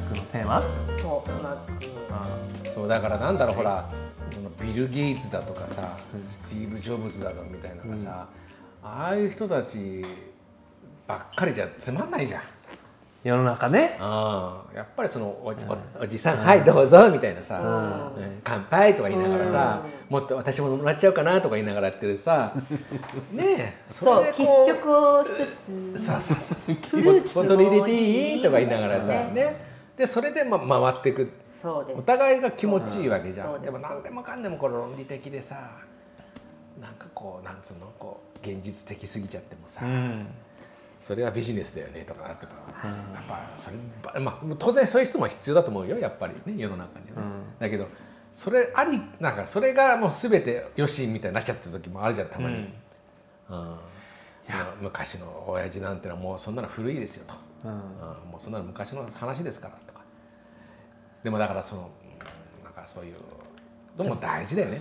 クのテーマ。 そうスナック。 そうだからなんだろうほらビル・ゲイツだとかさ、スティーブ・ジョブズだとかみたいなのがさ、ああいう人たちばっかりじゃつまんないじゃん。 世の中ね。 やっぱりそのおじさん、はいどうぞみたいなさ、乾杯とか言いながらさ、もっと私ももらっちゃおうかなとか言いながらやってるさ、ねえ、 そう、キスチョコ一つ。 そうそうそう、 フルーツボトル入れていいとか言いながらさ、ね、でそれで回っていく。 そうです。 お互いが気持ちいいわけじゃん。 そうですでも何でもかんでもこの論理的でさ、なんかこうなんつうのこう現実的すぎちゃってもさ、それはビジネスだよねとかなってやっぱそれまあ当然そういう質問は必要だと思うよやっぱりね世の中にはね。だけどそれありなんかそれがもう全てよしみたいになっちゃってる時もあるじゃんたまに。いや昔の親父なんてのはもうそんなの古いですよと、もうそんなの昔の話ですからとか。でもだからそのなんかそういうのも大事だよね。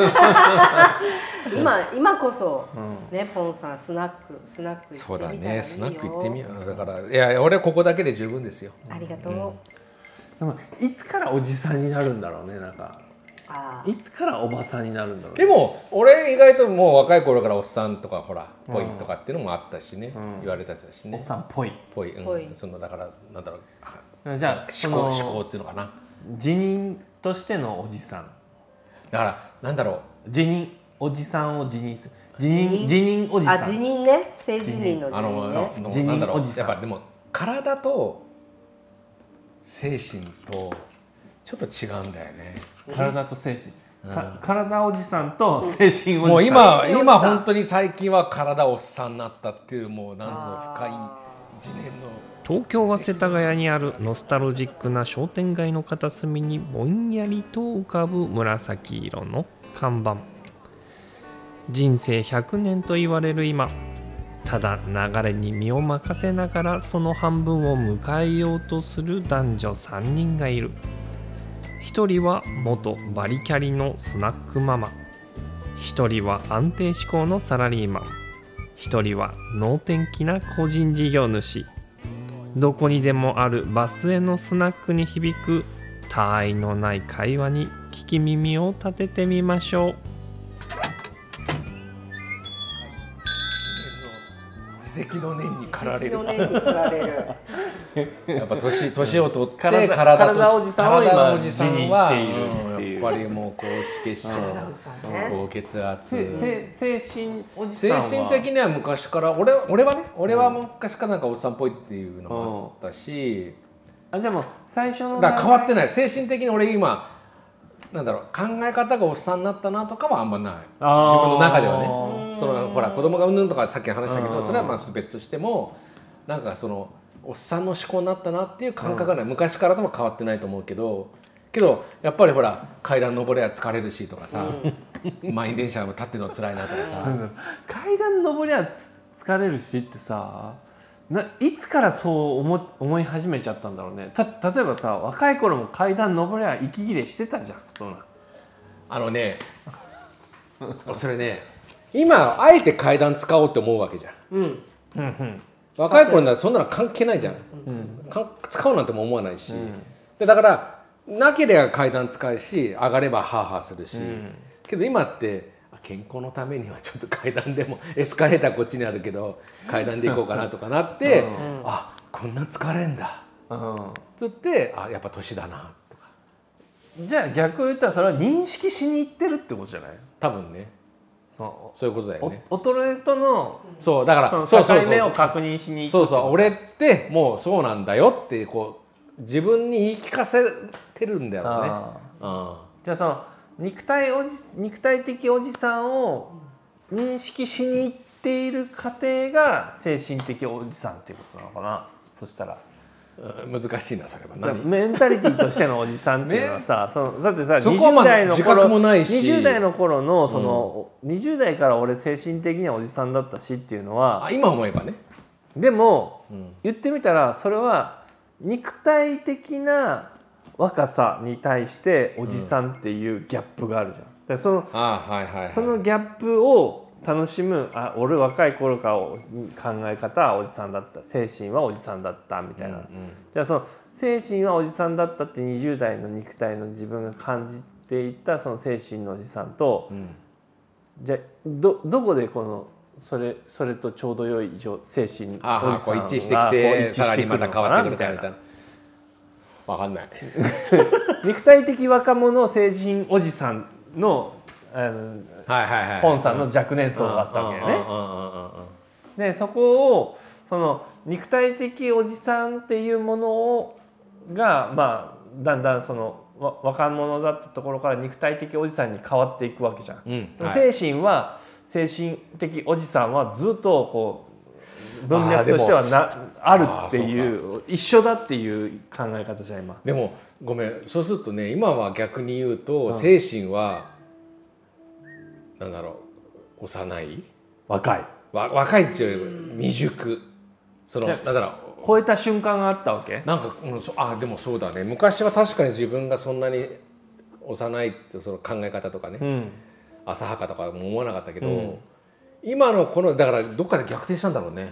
今こそねポンさんスナック行ってみたらいいよ。 そうだね、スナック行ってみよう。だからいや俺はここだけで十分ですよ。 ありがとう。 でもいつからおじさんになるんだろうね。なんかいつからおばさんになるんだろうね。 でも俺意外ともう若い頃からおっさんとかほらぽいとかっていうのもあったしね、言われたしね。 おっさんぽいそのだからなんだろう、 じゃあ思考っていうのかな。 辞任としてのおじさん。 だからなんだろう辞任おじさんを辞任する辞任おじさん。 辞任ね、政治任の辞任ね。 なんだろうやっぱでも体と精神とちょっと違うんだよね。 体と精神、体おじさんと精神おじさん。 もう今本当に最近は体おっさんになったっていうもうなんと深い一年の。 東京は世田谷にあるノスタルジックな商店街の片隅にぼんやりと浮かぶ紫色の看板。人生100年と言われる今、ただ流れに身を任せながらその半分を迎えようとする男女3人がいる。一人は元バリキャリのスナックママ、一人は安定志向のサラリーマン、一人は能天気な個人事業主。どこにでもあるバスへのスナックに響く他愛のない会話に聞き耳を立ててみましょう。 自責の念に駆られる。やっぱ年を取って体おじさんを今辞任しているっていう。やっぱりもう高脂血症、高血圧。 精神おじさんは精神的には昔から俺は昔からなんかおっさんっぽいっていうのもあったし、 じゃあもう最初のだから変わってない。精神的に俺今なんだろう考え方がおっさんになったなとかはあんまない。自分の中ではね。そのほら子供がうんぬんとかさっき話したけど、それはまあ別としてもなんかそのおっさんの思考になったなっていう感覚がない。昔からとも変わってないと思うけどやっぱりほら階段登れば疲れるしとかさ、満員電車も立ってるの辛いなとかさ、 階段登りゃ疲れるしってさ、いつからそう思い始めちゃったんだろうね。例えばさ若い頃も階段登りゃ息切れしてたじゃん。 それね今あえて階段使おうって思うわけじゃん。若い頃ならそんなの関係ないじゃん。使おうなんても思わないし、だからなければ階段使うし上がればハーハーするし、けど今って健康のためにはちょっと階段でもエスカレーターこっちにあるけど階段で行こうかなとかなって、こんな疲れんだつってやっぱ年だなとか。 じゃあ逆を言ったらそれは認識しに行ってるってことじゃない？ 多分ね。そういうことだよね。 衰えとのそうだからその境目を確認しに行く。 俺ってもうそうなんだよってこう自分に言い聞かせてるんだよね。 じゃあその肉体的おじさんを認識しに行っている過程が精神的おじさんっていうことなのかな。そしたら難しいなそれは。 メンタリティとしてのおじさんっていうのはさ、だってさ 20代の頃 20代の頃のその20代から俺精神的にはおじさんだったしっていうのは今思えばね。 でも言ってみたらそれは肉体的な若さに対しておじさんっていうギャップがあるじゃん。そのギャップを楽しむ俺若い頃から考え方はおじさんだった精神はおじさんだったみたいな、じゃあその精神はおじさんだったって20代の肉体の自分が感じていたその精神のおじさんと、じゃあどこでこのそれとちょうど良い精神おじさんが一致してきてさらにまた変わってくるかみたいな。分かんない肉体的若者精神おじさんのポンさんの若年層があったわけよね。でそこをその肉体的おじさんっていうものがだんだんその若者だったところから肉体的おじさんに変わっていくわけじゃん。精神的おじさんはずっとこう文脈としてはあるっていう一緒だっていう考え方じゃん今。 でもごめんそうするとね今は逆に言うと、精神はなんだろう幼い若いっていうより未熟だから超えた瞬間があったわけなんか、でもそうだね昔は確かに自分がそんなに幼いってその考え方とかね、浅はかとかも思わなかったけど、今のこのだからどっかで逆転したんだろうね。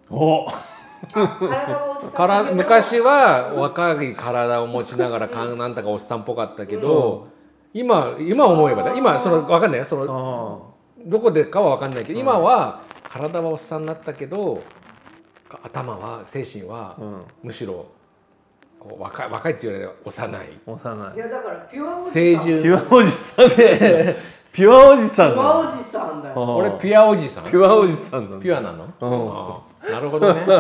昔は若い体を持ちながらなんだかおっさんっぽかったけど、今思えばね今その分かんないよそのどこでかは分かんないけど、今は体はおっさんになったけど精神はむしろこう若いっていうよりは幼い。 いやだからピュアおじ成熟ピュアおじさんピュアおじさんだよ。 俺ピュアおじさん。 ピュアおじさんピュアなの？なるほどね。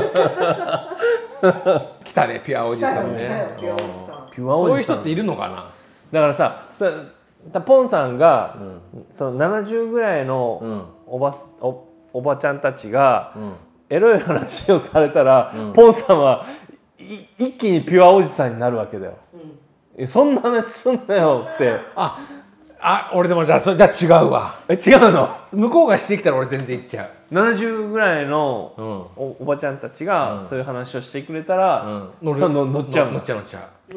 来たねピュアおじさんね。そういう人っているのかな。 だからさポンさんが、その70ぐらいのおばちゃんたちが、エロい話をされたら、ポンさんは一気にピュアおじさんになるわけだよ。そんな話すんなよって。 俺でもじゃあ違うわ。 違うの？ 向こうがしてきたら俺全然行っちゃう。 70ぐらいのおばちゃんたちがそういう話をしてくれたら乗っちゃう。 乗っちゃう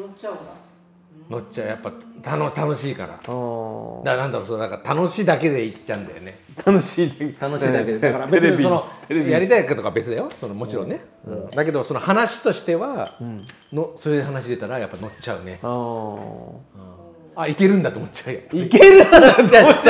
やっぱ楽しいから。だからなんだろうだから楽しいだけで行っちゃうんだよね。 楽しいだけで。 だから別にそのやりたいかとか別だよ。もちろんね。だけどその話としてはそういう話出たらやっぱ乗っちゃうね。いけるんだと思っちゃうよ。 いけるんだと思っちゃう。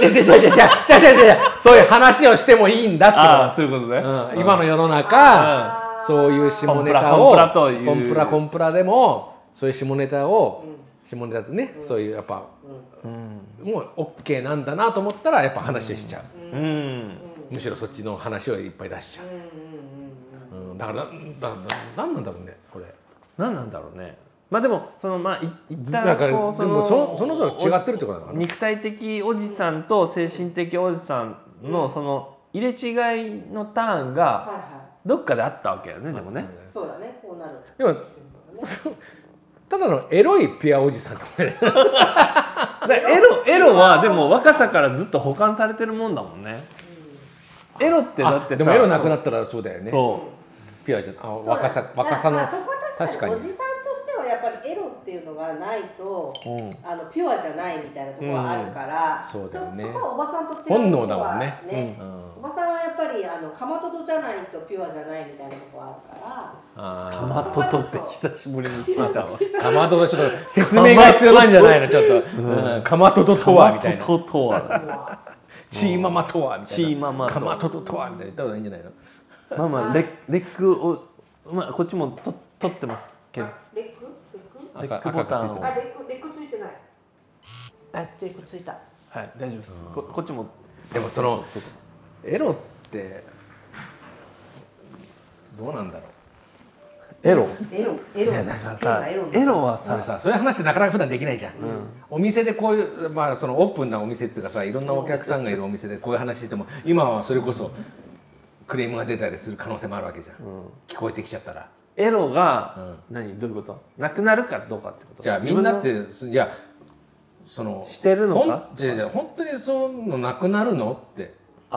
そういう話をしてもいいんだって。 そういうことね。 今の世の中そういう下ネタをコンプラでもそういう下ネタってねそういうやっぱもう OK なんだなと思ったらやっぱ話しちゃう。むしろそっちの話をいっぱい出しちゃう。だから何なんだろうねこれ。 何なんだろうね。でもその一旦でもその人は違ってるってことだから。 肉体的おじさんと精神的おじさんのその入れ違いのターンがどっかであったわけよね。でもね。 そうだねこうなる。 でもただのエロいピュアおじさんとかね。 エロはでも若さからずっと保管されてるもんだもんね。エロってだってさ。 でもエロなくなったらそうだよね。ピュアじゃ若さの確かにおじさんとしてはやっぱりエロっていうのがないとピュアじゃないみたいなところがあるから、そこはおばさんと違う。 本能だもんね。 おばさんはやっぱりかまととじゃないとピュアじゃないみたいなところあるから。 かまととって久しぶりに聞いたわ。 かまととちょっと説明が必要なんじゃないのちょっと。かまとととはみたいな。 かまととは。 チーママとはみたいな。 チーママかまとととはみたいな言った方がいいんじゃないの。 レックをこっちも取ってますけど。 レックボタンを。 レックついてない。レックついた。 はい、大丈夫です。こっちも。 でもそのエロってどうなんだろう。 エロだからさ、エロはさ、 そういう話ってなかなか普段できないじゃん。お店でこういうそのオープンなお店っていうかさ、いろんなお客さんがいるお店でこういう話しても今はそれこそクレームが出たりする可能性もあるわけじゃん。聞こえてきちゃったら。 エロがどういうこと？なくなるかどうかってこと？ じゃあみんなってそのしてるのか？ 本当にそういうのなくなるのって。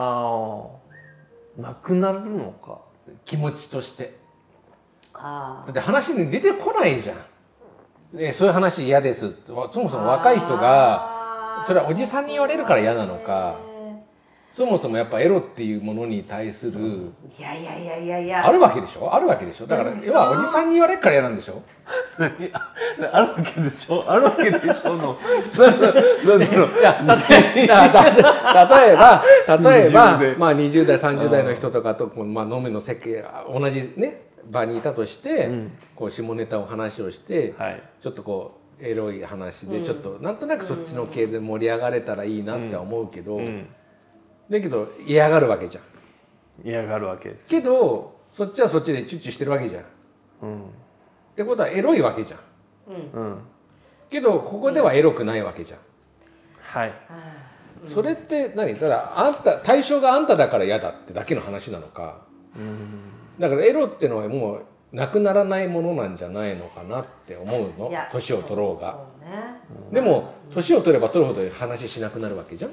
なくなるのか。 気持ちとして。だって話に出てこないじゃん。そういう話嫌です。そもそも若い人がそれはおじさんに言われるから嫌なのか。 そもそもやっぱエロっていうものに対する、 いやいやいやいやいやあるわけでしょ、あるわけでしょ。だから要はおじさんに言われっから嫌なんでしょ。 あるわけでしょ、あるわけでしょのなんだろう、いや例えばまあ20代30代の人とかとまあ飲むの席同じね場にいたとして、こう下ネタを話をして、ちょっとこうエロい話でちょっとなんとなくそっちの系で盛り上がれたらいいなって思うけど、だけど嫌がるわけじゃん。 嫌がるわけですけどそっちはそっちでチュッチュしてるわけじゃん。ってことはエロいわけじゃん。けどここではエロくないわけじゃん。 はい。 それって何？ただ対象があんただから嫌だってだけの話なのか。だからエロってのはもうなくならないものなんじゃないのかなって思うの。年を取ろうが。でも年を取れば取るほど話しなくなるわけじゃん。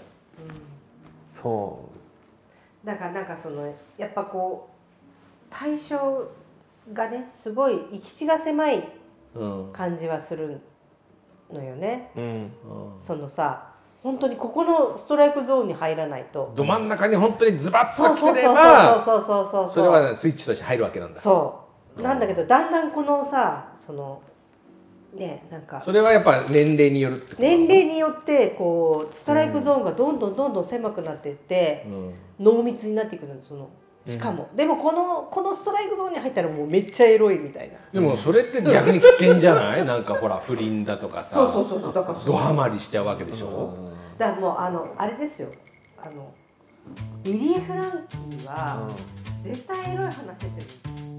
そうだからなんかそのやっぱこう対象がねすごい行き地が狭い感じはするのよね。そのさ本当にここのストライクゾーンに入らないとど真ん中に本当にズバッと来てればそれはスイッチとして入るわけなんだ。 そうなんだけどだんだんこのさそのね、なんかそれはやっぱ年齢によるってこと？ 年齢によってこうストライクゾーンがどんどん狭くなっていって、濃密になっていくの。そのしかも、でもこのストライクゾーンに入ったらもうめっちゃエロいみたいな。 でもそれって逆に危険じゃない？なんかほら不倫だとかさ、 そうだからドハマりしちゃうわけでしょ。 だからもうあれですよ、リリー・フランキーは絶対エロい話してる。